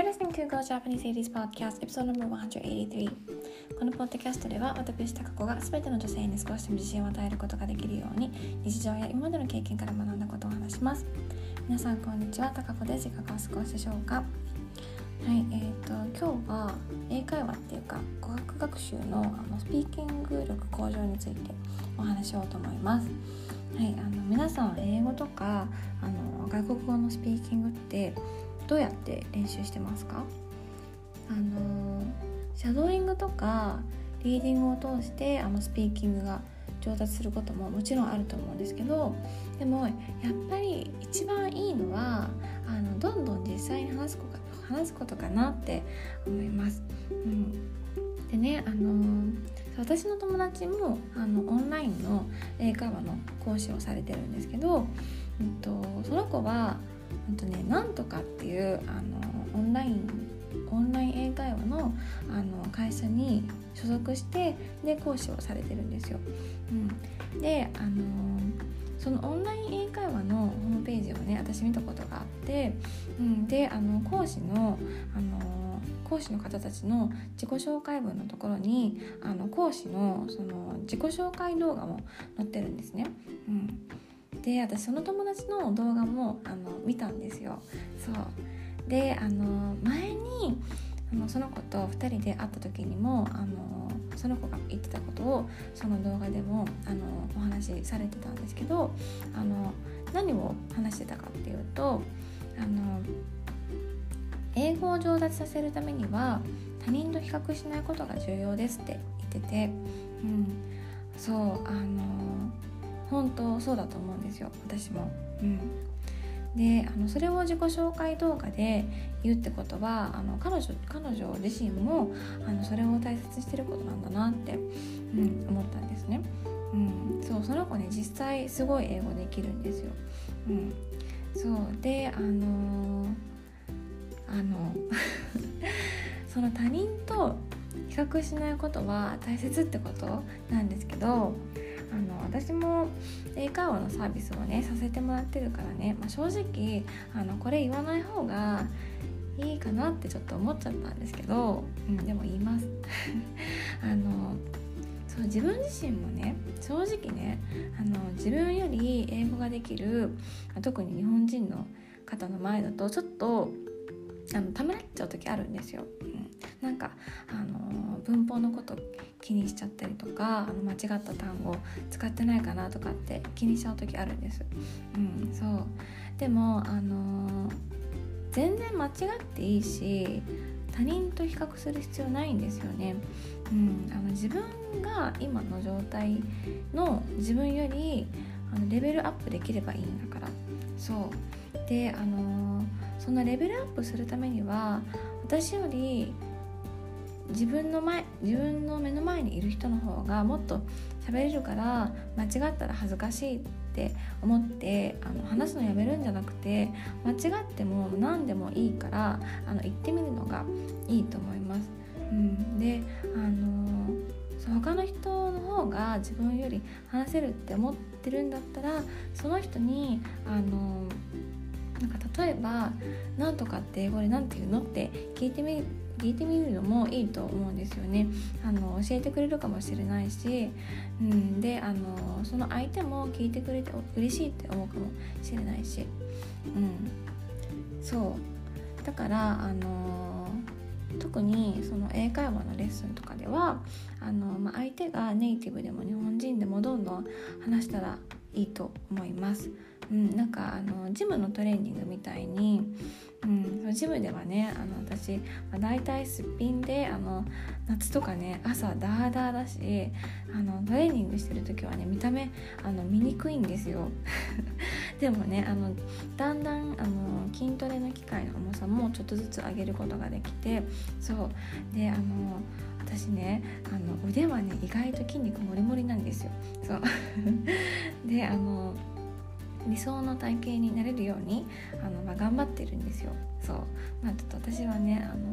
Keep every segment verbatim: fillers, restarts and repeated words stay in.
You're listening to Go Japanese エイティーズ Podcast Episode ナンバーワンエイティースリー。 このポッドキャストでは私高子が全ての女性に少しでも自信を与えることができるように日常や今までの経験から学んだことを話します。皆さんこんにちは、高子です。いかがお過ごしでしょうか。はい、えーと今日は英会話っていうか語学学習の、あのスピーキング力向上についてお話しようと思います。はい、あの皆さん英語とかあの外国語のスピーキングってどうやって練習してますか？あのシャドーイングとかリーディングを通してあのスピーキングが上達することももちろんあると思うんですけど、でもやっぱり一番いいのはあのどんどん実際に話すことか話すことかなって思います。うん、でね、あの私の友達もあのオンラインの英会話の講師をされてるんですけど、うんと、その子はうんとね、なんとかっていうあのオンラインオンライン英会話の、あの会社に所属してで講師をされてるんですよ。うん、で、あのそのオンライン英会話のホームページをね私見たことがあって、うん、であの講師のあの講師の方たちの自己紹介文のところにあの講師のその自己紹介動画も載ってるんですね。うんで私その友達の動画もあの見たんですよ。そうであの前にあのその子とふたりで会った時にもあのその子が言ってたことをその動画でもあのお話しされてたんですけど、あの何を話してたかっていうと、あの英語を上達させるためには他人と比較しないことが重要ですって言ってて、うん、そうあの本当そうだと思うんですよ、私も。うん、であのそれを自己紹介動画で言うってことはあの彼女彼女自身もあのそれを大切にしてることなんだなって、うん、思ったんですね。うん、そうその子ね実際すごい英語できるんですよ。うん、そうであのあのその他人と比較しないことは大切ってことなんですけど、あの私も英会話のサービスをねさせてもらってるからね、まあ、正直あのこれ言わない方がいいかなってちょっと思っちゃったんですけど、うん、でも言いますあのそう自分自身もね正直ねあの自分より英語ができる特に日本人の方の前だとちょっとあのためらっちゃう時あるんですよ。うん、なんかあの文法のこと気にしちゃったりとかあの間違った単語使ってないかなとかって気にしちゃう時あるんです。うん、そうでもあの全然間違っていいし他人と比較する必要ないんですよね。うん、あの自分が今の状態の自分よりあのレベルアップできればいいんだから。そうであのそのレベルアップするためには私より自分の前自分の目の前にいる人の方がもっと喋れるから間違ったら恥ずかしいって思ってあの話すのやめるんじゃなくて、間違っても何でもいいからあの言ってみるのがいいと思います。うん、であのそう他の人の方が自分より話せるって思ってるんだったらその人にあのなんか例えばなんとかって英語でなんて言うのって聞いてみ聞いてみるのもいいと思うんですよね。あの教えてくれるかもしれないし、うん、であのその相手も聞いてくれて嬉しいって思うかもしれないし、うん、そうだからあの特にその英会話のレッスンとかではあの、まあ、相手がネイティブでも日本人でもどんどん話したらいいと思います。うん、なんかあのジムのトレーニングみたいに、うん、ジムではねあの私、まあ、大体すっぴんであの夏とかね朝ダーダーだしあのトレーニングしてる時はね見た目あの見にくいんですよでもねあのだんだんあの筋トレの機械の重さもちょっとずつ上げることができて、そうであの私ねあの腕はね意外と筋肉もりもりなんですよ。そうであの理想の体型になれるようにあの、まあ、頑張ってるんですよ。そう、まあ、ちょっと私はねあの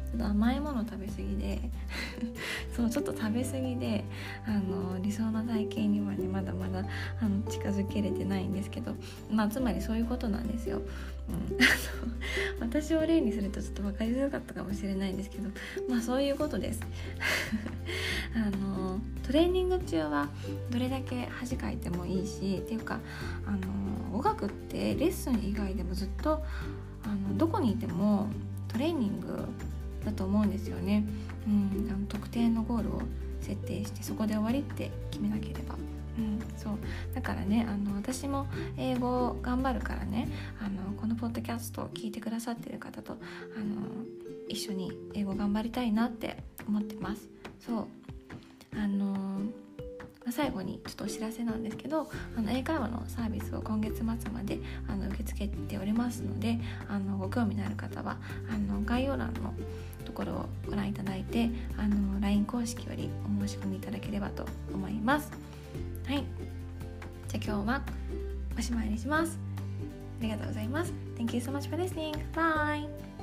ちょっと甘いもの食べ過ぎでそうちょっと食べ過ぎであの理想の体型にはねまだまだあの近づけれてないんですけど、まあつまりそういうことなんですよ。うん、私を例にするとちょっと分かりづらかったかもしれないんですけど、まあそういうことですあのトレーニング中はどれだけ恥かいてもいいし、っていうかあの語学ってレッスン以外でもずっとあのどこにいてもトレーニングだと思うんですよね。うん、あの特定のゴールを設定してそこで終わりって決めなければ、うん、そうだからね、あの私も英語頑張るからね、あのこのポッドキャストを聞いてくださってる方とあの一緒に英語頑張りたいなって思ってます。そうあの最後にちょっとお知らせなんですけど、あの英会話のサービスを今月末まであの受け付けておりますので、あのご興味のある方はあの概要欄のところをご覧いただいて、あの ライン 公式よりお申し込みいただければと思います。はい、じゃあ今日はおしまいにします。ありがとうございます。 Thank you so much for listening. Bye.